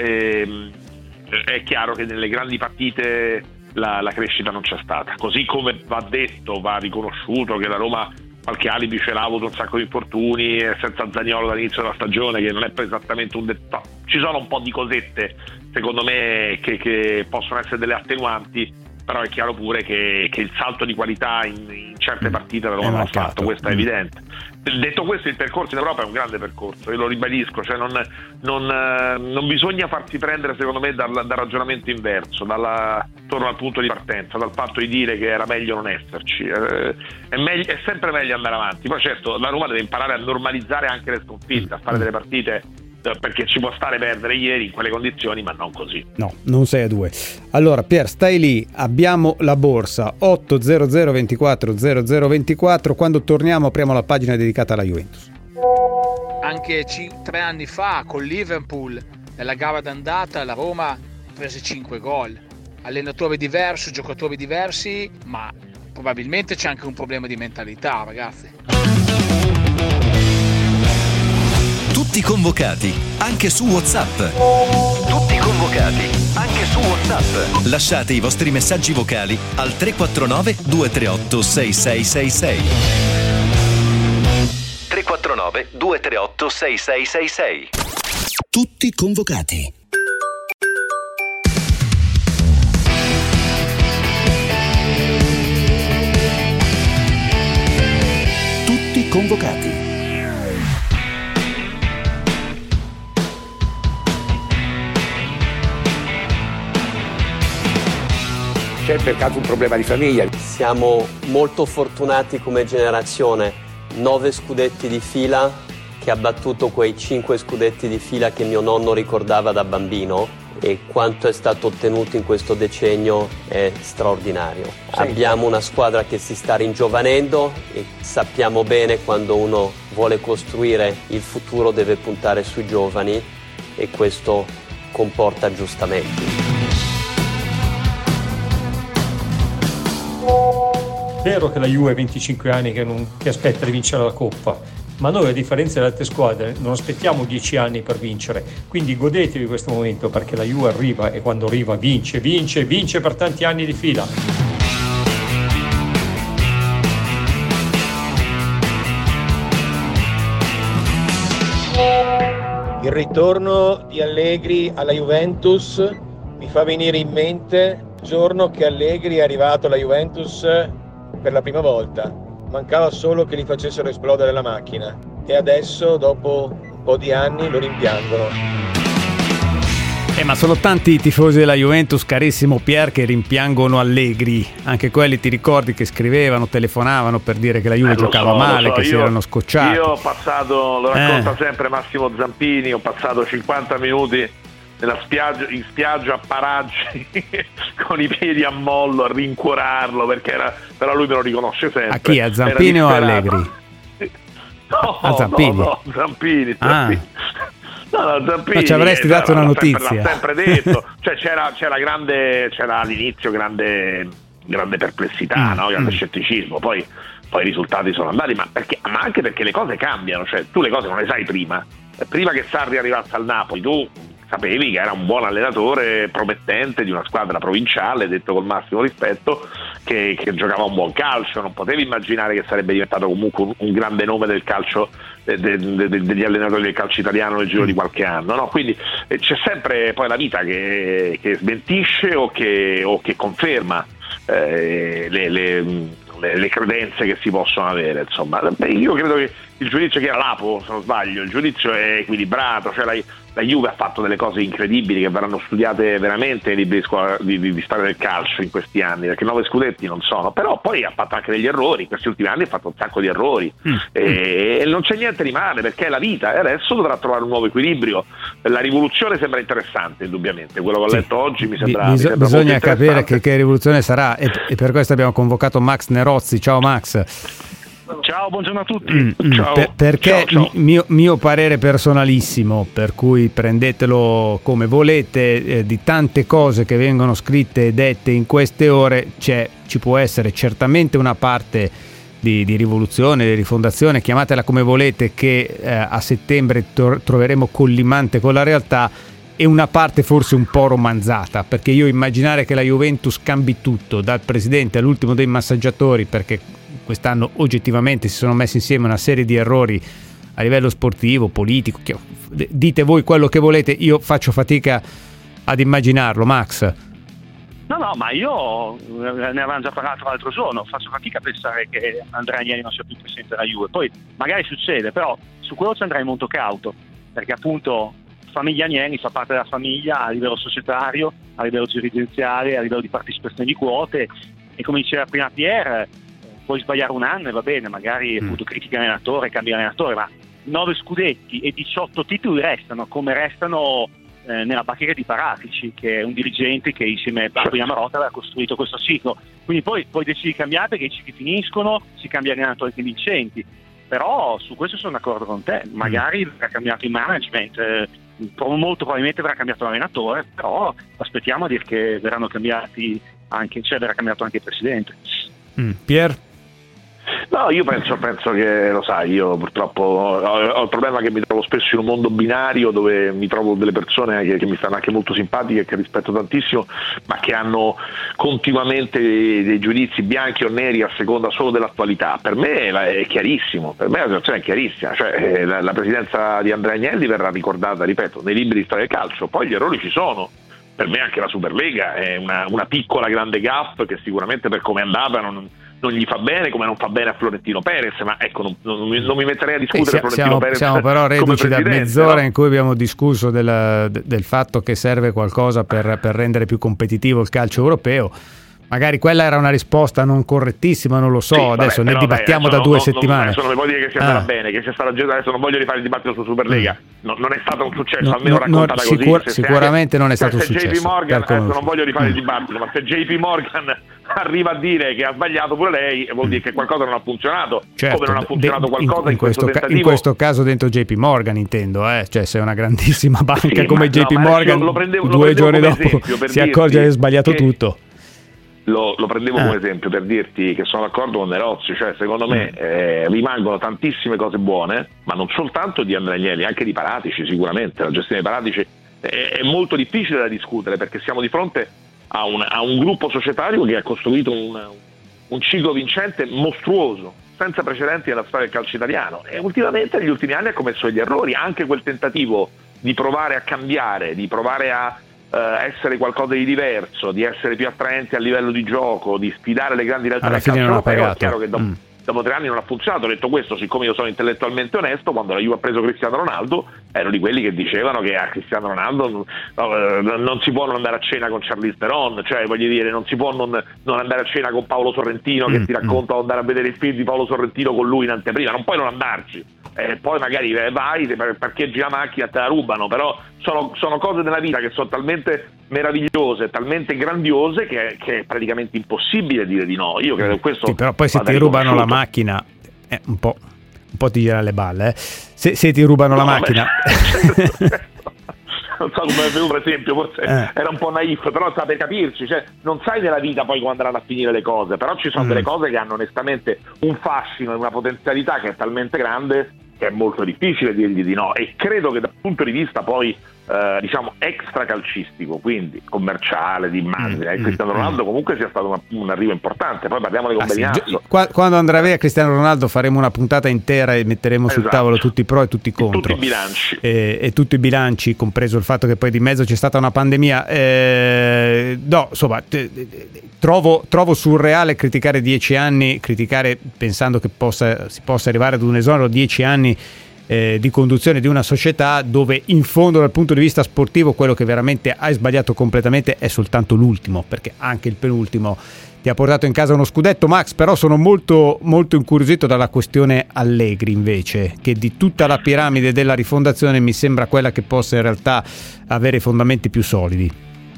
È chiaro che nelle grandi partite la crescita non c'è stata, così come va detto, va riconosciuto che la Roma qualche alibi ce l'ha, avuto un sacco di infortuni, senza Zaniolo dall'inizio della stagione, che non è esattamente un dettaglio. Ci sono un po' di cosette secondo me che possono essere delle attenuanti, però è chiaro pure che il salto di qualità in certe partite la Roma non ha fatto, questo è evidente. Detto questo, il percorso in Europa è un grande percorso, io lo ribadisco, cioè non bisogna farsi prendere secondo me dal ragionamento inverso, torno al punto di partenza, dal fatto di dire che era meglio non esserci. È sempre meglio andare avanti, poi certo la Roma deve imparare a normalizzare anche le sconfitte, a fare delle partite, perché ci può stare perdere ieri in quelle condizioni, ma non così. No, non 6-2. Allora Pier, stai lì, abbiamo la borsa 800 24 0024. Quando torniamo apriamo la pagina dedicata alla Juventus. Anche 3 anni fa con Liverpool nella gara d'andata la Roma prese 5 gol, allenatore diverso, giocatori diversi, ma probabilmente c'è anche un problema di mentalità, ragazzi. Tutti convocati, anche su WhatsApp. Tutti convocati, anche su WhatsApp. Lasciate i vostri messaggi vocali al 349 238 6666. 349 238 6666. Tutti convocati. Tutti convocati. C'è per caso un problema di famiglia? Siamo molto fortunati come generazione, 9 scudetti di fila, che ha battuto quei 5 scudetti di fila che mio nonno ricordava da bambino, e quanto è stato ottenuto in questo decennio è straordinario. Sì. Abbiamo una squadra che si sta ringiovanendo e sappiamo bene quando uno vuole costruire il futuro deve puntare sui giovani, e questo comporta aggiustamenti. È vero che la Juve ha 25 anni che aspetta di vincere la Coppa, ma noi, a differenza delle altre squadre, non aspettiamo 10 anni per vincere, quindi godetevi questo momento, perché la Juve arriva e quando arriva vince per tanti anni di fila. Il ritorno di Allegri alla Juventus mi fa venire in mente il giorno che Allegri è arrivato alla Juventus per la prima volta. Mancava solo che gli facessero esplodere la macchina e adesso, dopo un po' di anni, lo rimpiangono. Ma sono tanti i tifosi della Juventus, carissimo Pier, che rimpiangono Allegri. Anche quelli, ti ricordi, che scrivevano, telefonavano per dire che la Juve giocava male, che si erano scocciati. Io ho passato, lo racconta sempre Massimo Zampini, ho passato 50 minuti in spiaggia a Paraggi con i piedi a mollo, a rincuorarlo, perché però lui me lo riconosce sempre. A chi? A Zampini o Allegri? No, a Zampini. No, Zampini. No, Zampini, ma ci avresti dato una notizia. L'ha sempre detto. Cioè c'era all'inizio grande perplessità, no? Grande scetticismo, poi i risultati sono andati, ma anche perché le cose cambiano, cioè tu le cose non le sai prima che Sarri arrivasse al Napoli, tu sapevi che era un buon allenatore promettente di una squadra provinciale, detto col massimo rispetto, che giocava un buon calcio, non potevi immaginare che sarebbe diventato comunque un grande nome del calcio, degli allenatori del calcio italiano nel giro di qualche anno, no? Quindi c'è sempre poi la vita che smentisce o che conferma le credenze che si possono avere, insomma. Io credo che il giudizio, che era Lapo, se non sbaglio, il giudizio è equilibrato, cioè la Juve ha fatto delle cose incredibili che verranno studiate veramente nei libri di storia del calcio in questi anni, perché 9 scudetti non sono, però poi ha fatto anche degli errori, in questi ultimi anni ha fatto un sacco di errori e non c'è niente di male, perché è la vita e adesso dovrà trovare un nuovo equilibrio. La rivoluzione sembra interessante, indubbiamente, quello che ho letto oggi mi sembra bisogna capire che rivoluzione sarà, e per questo abbiamo convocato Max Nerozzi. Ciao Max. Ciao, buongiorno a tutti. Ciao. Perché ciao. Mio parere personalissimo, per cui prendetelo come volete, di tante cose che vengono scritte e dette in queste ore ci può essere certamente una parte di rivoluzione, di rifondazione, chiamatela come volete, che a settembre troveremo collimante con la realtà, e una parte forse un po' romanzata, perché io immaginare che la Juventus cambi tutto, dal presidente all'ultimo dei massaggiatori, perché quest'anno oggettivamente si sono messi insieme una serie di errori a livello sportivo, politico, dite voi quello che volete, io faccio fatica ad immaginarlo. Max? No, ma io ne avevamo già parlato l'altro giorno, faccio fatica a pensare che Andrea Agnelli non sia più presente della Juve, poi magari succede, però su quello ci andrei molto cauto, perché appunto famiglia Agnelli fa parte della famiglia a livello societario, a livello dirigenziale, a livello di partecipazione di quote, e come diceva prima Pier, puoi sbagliare un anno e va bene, magari appunto critica l'allenatore, cambia allenatore, ma 9 scudetti e 18 titoli restano, come restano nella bacheca di Paratici, che è un dirigente che insieme a Pia Marotta aveva costruito questo ciclo. Quindi poi decidi di cambiare, perché i cicli finiscono, si cambia allenatori che vincenti, però su questo sono d'accordo con te, magari verrà cambiato il management, molto probabilmente verrà cambiato l'allenatore, però aspettiamo a dire che verranno cambiati anche, cioè verrà cambiato anche il presidente. Pier? No, io penso che, lo sai, io purtroppo ho il problema che mi trovo spesso in un mondo binario, dove mi trovo delle persone che mi stanno anche molto simpatiche, che rispetto tantissimo, ma che hanno continuamente dei giudizi bianchi o neri a seconda solo dell'attualità. Per me è chiarissimo, per me la situazione è chiarissima, cioè la presidenza di Andrea Agnelli verrà ricordata, ripeto, nei libri di storia del calcio, poi gli errori ci sono. Per me anche la Superlega è una piccola grande gaffe che sicuramente, per come è andata, non gli fa bene, come non fa bene a Florentino Perez, ma ecco, non mi metterei a discutere Florentino Perez. Siamo però reduci da mezz'ora, no? In cui abbiamo discusso del fatto che serve qualcosa per rendere più competitivo il calcio europeo. Magari quella era una risposta non correttissima, non lo so, sì, adesso ne dibattiamo da 2 settimane. Adesso non mi può dire che sia andata bene, che sia stata, adesso non voglio rifare il dibattito su Superlega, non è stato un successo, almeno raccontata così. Sicuramente non è stato un successo. JP Morgan, adesso non voglio rifare il dibattito, ma se JP Morgan arriva a dire che ha sbagliato pure lei, vuol dire che qualcosa non ha funzionato, certo, come non ha funzionato qualcosa in questo tentativo. In questo caso dentro JP Morgan intendo, cioè se è una grandissima banca come JP Morgan, 2 giorni dopo si accorge di aver sbagliato tutto. lo prendevo come esempio per dirti che sono d'accordo con Nerozzi, cioè secondo me rimangono tantissime cose buone, ma non soltanto di Andrea Agnelli, anche di Paratici. Sicuramente la gestione di Paratici è molto difficile da discutere, perché siamo di fronte a un gruppo societario che ha costruito un ciclo vincente mostruoso, senza precedenti nella storia del calcio italiano, e ultimamente negli ultimi anni ha commesso degli errori. Anche quel tentativo di provare a cambiare, di provare a essere qualcosa di diverso, di essere più attraenti a livello di gioco, di sfidare le grandi realtà del calcio europeo, è chiaro che dopo 3 anni non ha funzionato. Detto questo, siccome io sono intellettualmente onesto, quando la Juve ha preso Cristiano Ronaldo ero di quelli che dicevano che a Cristiano Ronaldo non si può non andare a cena con Charlize Theron, cioè voglio dire, non si può non andare a cena con Paolo Sorrentino, che ti racconta andare a vedere il film di Paolo Sorrentino con lui in anteprima, non puoi non andarci. Poi magari vai, parcheggi la macchina e te la rubano, però sono cose della vita che sono talmente meravigliose, talmente grandiose che è praticamente impossibile dire di no. Io credo che questo sì, però poi se ti rubano la macchina un po' ti gira le balle, se ti rubano la macchina non so come è venuto per esempio, forse era un po' naif, però sta per capirci, cioè non sai nella vita poi come andranno a finire le cose, però ci sono delle cose che hanno onestamente un fascino e una potenzialità che è talmente grande che è molto difficile dirgli di no. E credo che dal punto di vista poi diciamo extra calcistico, quindi commerciale, di immagine, Cristiano Ronaldo comunque sia stato un arrivo importante. Poi parliamo di Combeniazzo. Quando andrà via Cristiano Ronaldo faremo una puntata intera e metteremo sul tavolo tutti i pro e tutti i contro, tutti i bilanci e tutti i bilanci, compreso il fatto che poi di mezzo c'è stata una pandemia. No, insomma, trovo surreale criticare 10 anni, criticare pensando che si possa arrivare ad un esonero 10 anni di conduzione di una società dove in fondo dal punto di vista sportivo quello che veramente hai sbagliato completamente è soltanto l'ultimo, perché anche il penultimo ti ha portato in casa uno scudetto. Max, però sono molto, molto incuriosito dalla questione Allegri invece, che di tutta la piramide della rifondazione mi sembra quella che possa in realtà avere i fondamenti più solidi.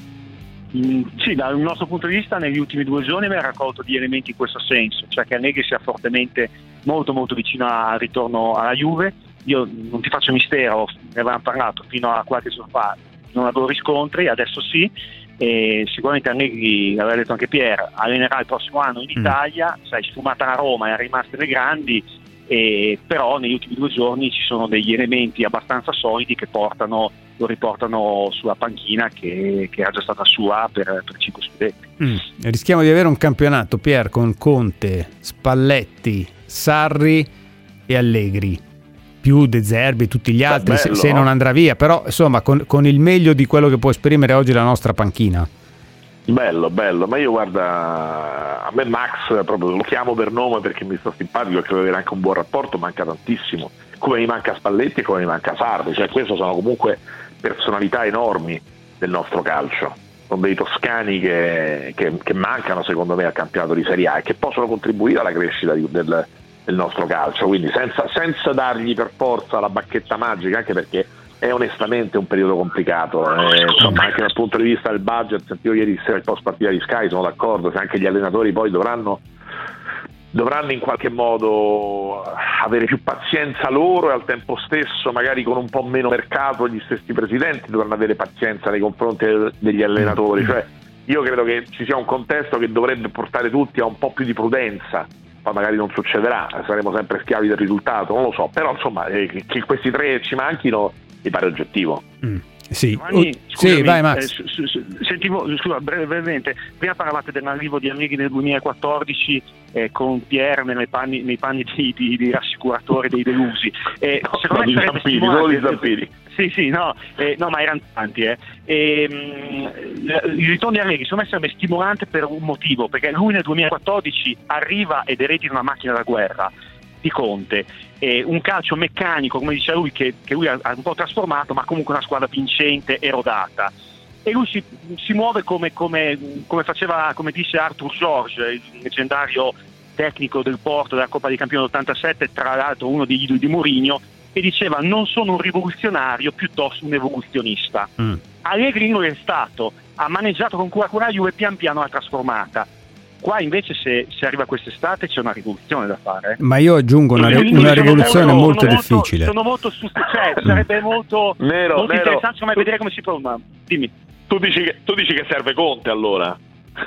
Sì, dal nostro punto di vista negli ultimi 2 giorni abbiamo raccolto di elementi in questo senso, cioè che Allegri sia fortemente molto molto vicino al ritorno alla Juve. Io non ti faccio mistero, ne avevamo parlato fino a qualche giorno fa, non avevo riscontri, adesso sì, e sicuramente Allegri, l'aveva detto anche Pier, allenerà il prossimo anno in Italia, sai, sfumata la Roma, è rimasta le grandi, però negli ultimi 2 giorni ci sono degli elementi abbastanza solidi che lo riportano sulla panchina che era già stata sua per 5 scudetti. Rischiamo di avere un campionato, Pier, con Conte, Spalletti, Sarri e Allegri, più De Zerbi, tutti gli altri, bello, se non andrà via, però insomma con il meglio di quello che può esprimere oggi la nostra panchina. Bello, ma io guarda, a me Max proprio lo chiamo per nome perché mi sta simpatico e credo avere anche un buon rapporto, manca tantissimo, come mi manca Spalletti e come mi manca Sarri, cioè queste sono comunque personalità enormi del nostro calcio, sono dei toscani che mancano secondo me al campionato di Serie A e che possono contribuire alla crescita del nostro calcio, quindi senza dargli per forza la bacchetta magica, anche perché è onestamente un periodo complicato, insomma, anche dal punto di vista del budget. Sentivo ieri il post partita di Sky, sono d'accordo, se anche gli allenatori poi dovranno in qualche modo avere più pazienza loro e al tempo stesso magari con un po' meno mercato gli stessi presidenti dovranno avere pazienza nei confronti degli allenatori, cioè io credo che ci sia un contesto che dovrebbe portare tutti a un po' più di prudenza. Poi magari non succederà, saremo sempre schiavi del risultato, non lo so, però insomma che questi 3 ci manchino mi pare oggettivo. Sì, Giovanni, sì, vai Max. Sentivo, scusa, brevemente, prima parlavate dell'arrivo di Allegri nel 2014 con Pierre nei panni di rassicuratori dei delusi. Secondo me sarebbe stimolante. Sì, no, ma erano tanti. Il ritorno di Allegri secondo me sarebbe stimolante per un motivo, perché lui nel 2014 arriva ed eredita una macchina da guerra di Conte, un calcio meccanico, come diceva lui, che lui ha un po' trasformato, ma comunque una squadra vincente e rodata. E lui si muove come faceva, come disse Arthur George, il leggendario tecnico del Porto della Coppa dei Campioni dell'87, tra l'altro uno degli idoli di Mourinho, che diceva: non sono un rivoluzionario, piuttosto un evoluzionista. Allegri lo è stato, ha maneggiato con cura la Juve, pian piano l'ha trasformata. Qua invece se arriva quest'estate c'è una rivoluzione da fare. Ma io aggiungo una rivoluzione molto difficile. Sono molto sarebbe molto interessante vedere come si forma. Dimmi. Tu dici che serve Conte allora?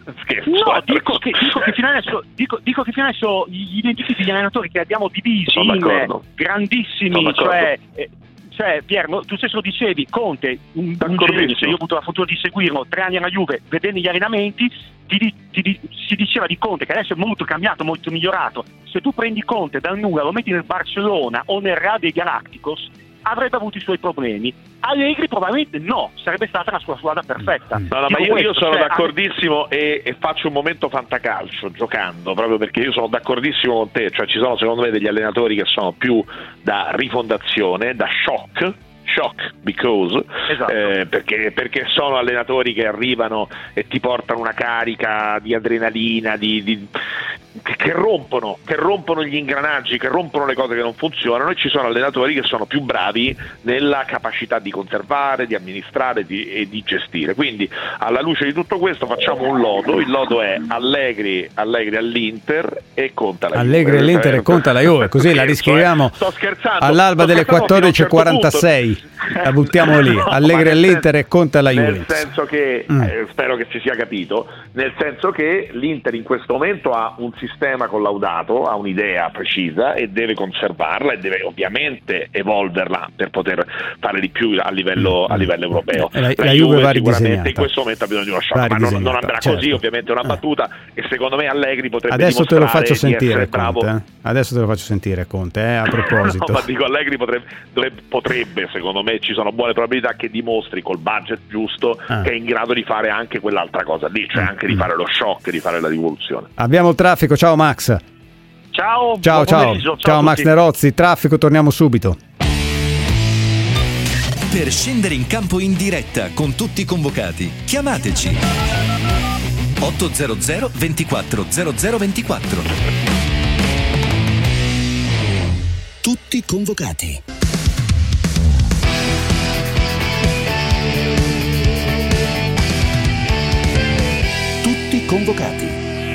Scherzo. No, dico che fino adesso gli identifichi degli allenatori che abbiamo divisi in grandissimi, cioè Pier, tu stesso lo dicevi, Conte, un genio, io ho avuto la fortuna di seguirlo 3 anni alla Juve, vedendo gli allenamenti, si diceva di Conte che adesso è molto cambiato, molto migliorato. Se tu prendi Conte dal nulla, lo metti nel Barcellona o nel Real dei Galacticos, avrebbe avuto i suoi problemi. Allegri probabilmente no, sarebbe stata la sua squadra perfetta. No, ma io sono d'accordissimo e faccio un momento fantacalcio giocando, proprio perché io sono d'accordissimo con te, cioè ci sono secondo me degli allenatori che sono più da rifondazione, da shock because perché sono allenatori che arrivano e ti portano una carica di adrenalina, che rompono gli ingranaggi, che rompono le cose che non funzionano, e ci sono allenatori che sono più bravi nella capacità di conservare, di amministrare e di gestire. Quindi alla luce di tutto questo facciamo un lodo, il lodo è Allegri all'Inter e Conte alla Juve. Allegri all'Inter e Conte alla Juve, così la riscriviamo all'alba delle 14:46. La buttiamo lì, Allegri all'Inter e Conte alla Juve. Nel senso che, spero che si sia capito, nel senso che l'Inter in questo momento ha un sistema collaudato, ha un'idea precisa e deve conservarla e deve ovviamente evolverla per poter fare di più a livello europeo. La Juve va ridisegnata. In questo momento ha bisogno di uno shock, ma non andrà così, ovviamente è una battuta, e secondo me Allegri potrebbe adesso dimostrare te lo faccio sentire, bravo. Conte, Adesso te lo faccio sentire, Conte, a proposito. No, ma dico, Allegri potrebbe, secondo me ci sono buone probabilità che dimostri col budget giusto che è in grado di fare anche quell'altra cosa lì, cioè anche di fare lo shock, di fare la rivoluzione. Abbiamo il traffico, ciao Max. Ciao Max Nerozzi, traffico, torniamo subito. Per scendere in campo in diretta con tutti i convocati, chiamateci 800 24 0024. Tutti convocati. Tutti convocati.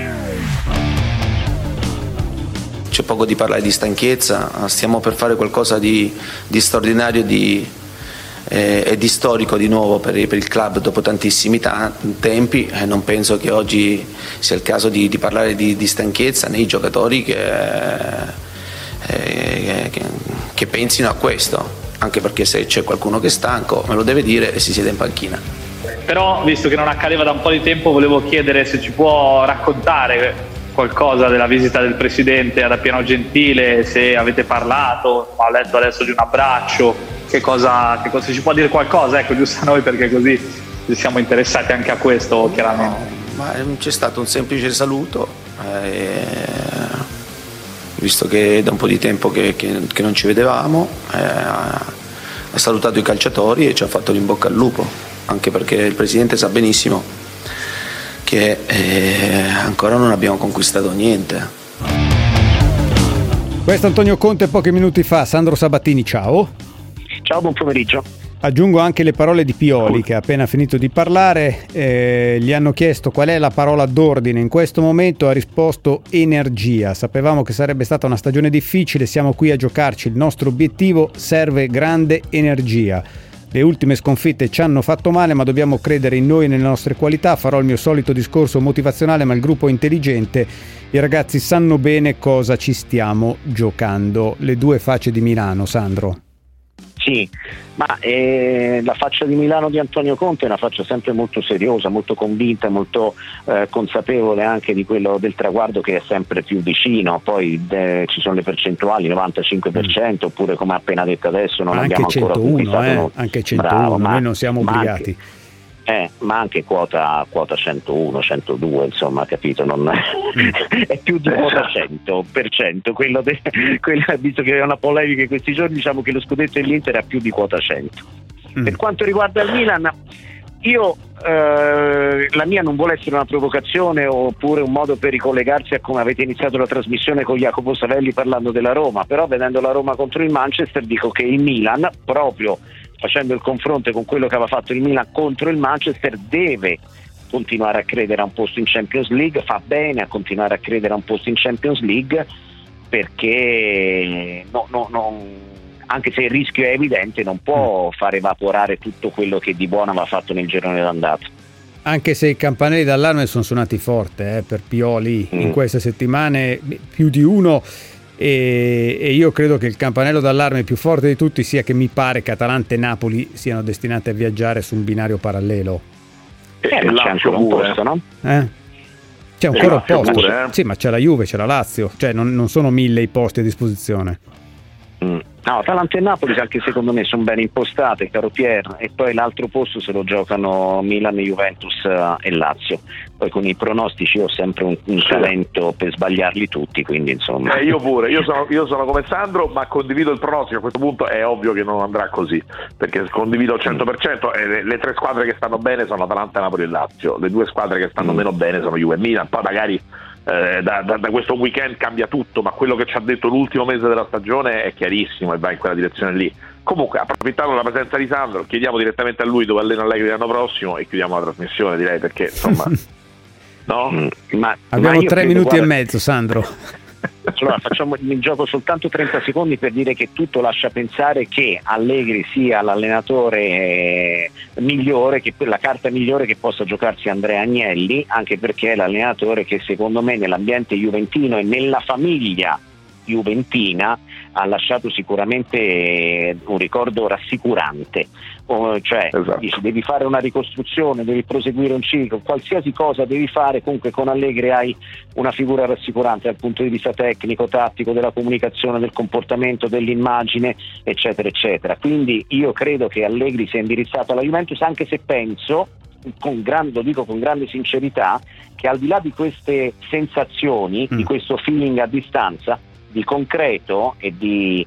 C'è poco di parlare di stanchezza, stiamo per fare qualcosa di straordinario e di storico di nuovo per il club dopo tantissimi tempi. Non penso che oggi sia il caso di parlare di stanchezza nei giocatori che pensino a questo, anche perché se c'è qualcuno che è stanco me lo deve dire e si siede in panchina. Però visto che non accadeva da un po' di tempo, volevo chiedere se ci può raccontare qualcosa della visita del Presidente ad Appiano Gentile, se avete parlato, ho letto adesso di un abbraccio, che cosa ci può dire qualcosa, ecco, giusto a noi, perché così siamo interessati anche a questo, chiaramente. Ma c'è stato un semplice saluto, visto che da un po' di tempo che non ci vedevamo, ha salutato i calciatori e ci ha fatto l'in bocca al lupo, anche perché il Presidente sa benissimo che ancora non abbiamo conquistato niente. Questo Antonio Conte pochi minuti fa. Sandro Sabattini, ciao. Ciao, buon pomeriggio. Aggiungo anche le parole di Pioli, che ha appena finito di parlare. Gli hanno chiesto qual è la parola d'ordine in questo momento, ha risposto energia. Sapevamo che sarebbe stata una stagione difficile, siamo qui a giocarci il nostro obiettivo, serve grande energia. Le ultime sconfitte ci hanno fatto male, ma dobbiamo credere in noi e nelle nostre qualità. Farò il mio solito discorso motivazionale, ma il gruppo è intelligente. I ragazzi sanno bene cosa ci stiamo giocando. Le due facce di Milano, Sandro. Sì, ma la faccia di Milano di Antonio Conte è una faccia sempre molto seriosa, molto convinta, molto consapevole anche di quello del traguardo che è sempre più vicino. Poi ci sono le percentuali, 95%, oppure come ha appena detto adesso non abbiamo ancora conquistato anche 101, noi non siamo obbligati. Ma anche quota 101, 102, insomma, capito? Non è più di quota 100%, quello visto che è una polemica in questi giorni, diciamo che lo scudetto dell'Inter ha più di quota 100. Per quanto riguarda il Milan, io la mia non vuole essere una provocazione oppure un modo per ricollegarsi a come avete iniziato la trasmissione con Jacopo Savelli parlando della Roma, però vedendo la Roma contro il Manchester dico che il Milan, proprio facendo il confronto con quello che aveva fatto il Milan contro il Manchester, deve continuare a credere a un posto in Champions League, fa bene a continuare a credere a un posto in Champions League, perché anche se il rischio è evidente, non può far evaporare tutto quello che di buono aveva fatto nel girone d'andata. Anche se i campanelli d'allarme sono suonati forte per Pioli in queste settimane, più di uno, e io credo che il campanello d'allarme più forte di tutti sia che mi pare che Atalanta e Napoli siano destinate a viaggiare su un binario parallelo. C'è ancora un posto, no? C'è ancora un posto, sì, ma c'è la Juve, c'è la Lazio, cioè non sono 1000 i posti a disposizione. No, Atalanta e Napoli anche secondo me sono ben impostate, caro Pier, e poi l'altro posto se lo giocano Milan, Juventus e Lazio. Poi con i pronostici ho sempre un talento per sbagliarli tutti, quindi insomma. Io pure, io sono come Sandro, ma condivido il pronostico. A questo punto è ovvio che non andrà così, perché condivido al 100%. E le 3 squadre che stanno bene sono Atalanta, Napoli e Lazio. Le 2 squadre che stanno meno bene sono Juve e Milan. Poi magari da questo weekend cambia tutto, ma quello che ci ha detto l'ultimo mese della stagione è chiarissimo e va in quella direzione lì. Comunque, approfittando della presenza di Sandro, chiediamo direttamente a lui dove allena Allegri l'anno prossimo e chiudiamo la trasmissione, direi, perché insomma no? Abbiamo 3 minuti e mezzo, Sandro. Allora mi gioco soltanto 30 secondi per dire che tutto lascia pensare che Allegri sia l'allenatore migliore, che la carta migliore che possa giocarsi Andrea Agnelli, anche perché è l'allenatore che secondo me nell'ambiente juventino e nella famiglia juventina ha lasciato sicuramente un ricordo rassicurante. Cioè, dici, devi fare una ricostruzione, devi proseguire un ciclo, qualsiasi cosa devi fare, comunque con Allegri hai una figura rassicurante dal punto di vista tecnico, tattico, della comunicazione, del comportamento, dell'immagine, eccetera eccetera. Quindi io credo che Allegri sia indirizzato alla Juventus, anche se penso, lo dico con grande sincerità, che al di là di queste sensazioni, di questo feeling a distanza, di concreto e di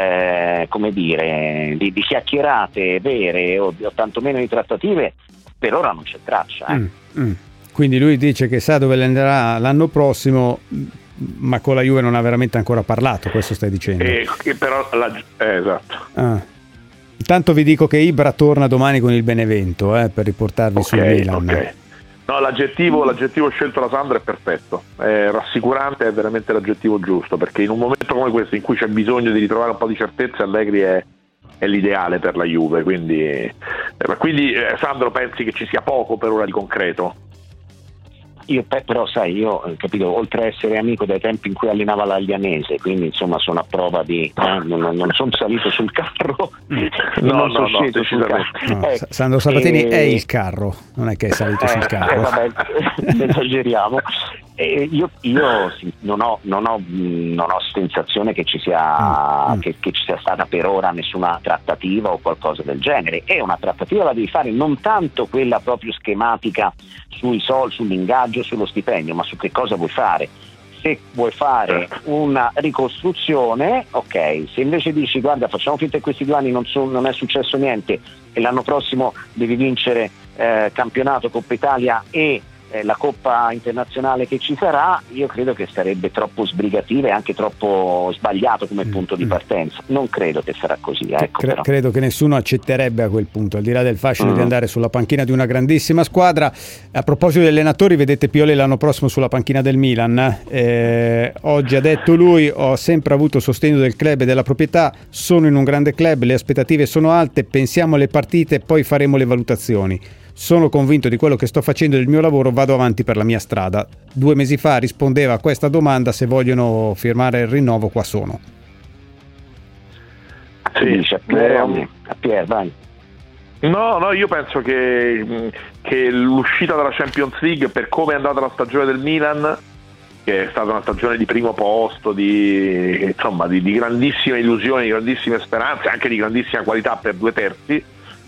di chiacchierate vere o tantomeno di trattative, per ora non c'è traccia. Quindi lui dice che sa dove andrà l'anno prossimo, ma con la Juve non ha veramente ancora parlato, questo stai dicendo? Però esatto. Intanto vi dico che Ibra torna domani con il Benevento, per riportarvi sul Milan. No, l'aggettivo scelto da Sandro è perfetto, è rassicurante, è veramente l'aggettivo giusto, perché in un momento come questo in cui c'è bisogno di ritrovare un po' di certezza, Allegri è l'ideale per la Juve, quindi Sandro, pensi che ci sia poco per ora di concreto? Io però sai, io capito, oltre a essere amico dai tempi in cui allenava l'Aglianese, quindi insomma sono a prova di non sono salito sul carro, non sono sceso sul carro. Sandro Sabatini è il carro, non è che è salito sul carro. Vabbè, esageriamo. Io sì, non ho sensazione che ci sia che ci sia stata per ora nessuna trattativa o qualcosa del genere. E una trattativa la devi fare non tanto quella proprio schematica sui soldi, sull'ingaggio, sullo stipendio, ma su che cosa vuoi fare. Se vuoi fare una ricostruzione, ok. Se invece dici guarda, facciamo finta che questi 2 anni non è successo niente e l'anno prossimo devi vincere campionato, Coppa Italia e la Coppa internazionale che ci sarà, io credo che sarebbe troppo sbrigativa e anche troppo sbagliato come punto di partenza. Non credo che sarà così, credo che nessuno accetterebbe a quel punto, al di là del fascino di andare sulla panchina di una grandissima squadra. A proposito degli allenatori, vedete Pioli l'anno prossimo sulla panchina del Milan. Oggi ha detto lui: ho sempre avuto sostegno del club e della proprietà, sono in un grande club, le aspettative sono alte, pensiamo alle partite e poi faremo le valutazioni. Sono convinto di quello che sto facendo e del mio lavoro, vado avanti per la mia strada. 2 mesi fa rispondeva a questa domanda: se vogliono firmare il rinnovo, qua sono. Sì, a Pier, vai. No, io penso che l'uscita dalla Champions League, per come è andata la stagione del Milan, che è stata una stagione di primo posto, di grandissime illusioni, di grandissime speranze, anche di grandissima qualità per 2/3,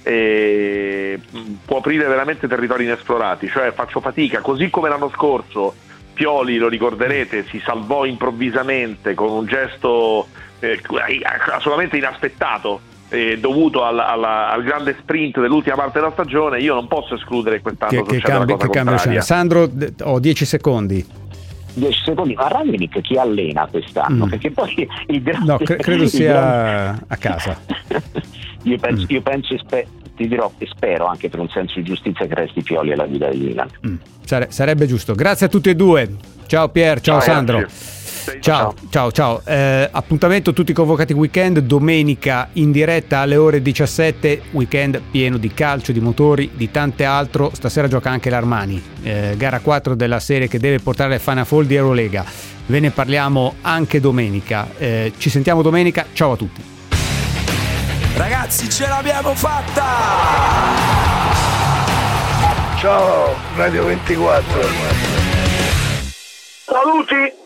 può aprire veramente territori inesplorati. Cioè, faccio fatica, così come l'anno scorso Pioli, lo ricorderete, si salvò improvvisamente con un gesto assolutamente inaspettato, dovuto al grande sprint dell'ultima parte della stagione. Io non posso escludere che quest'anno succeda la cosa contraria. Sandro, ho 10 secondi. 10 secondi, ma Rangnick chi allena quest'anno? Perché poi il grande, no, credo sia a casa. Io penso ti dirò e spero anche per un senso di giustizia che resti Pioli alla guida del Milan. Sarebbe giusto. Grazie a tutti e due. Ciao Pier, ciao Sandro. Ciao. Appuntamento tutti convocati weekend, domenica in diretta alle ore 17, weekend pieno di calcio, di motori, di tante altro. Stasera gioca anche l'Armani, gara 4 della serie che deve portare le Final Four di Eurolega. Ve ne parliamo anche domenica. Ci sentiamo domenica, ciao a tutti. Ragazzi, ce l'abbiamo fatta! Ciao Radio 24. Saluti!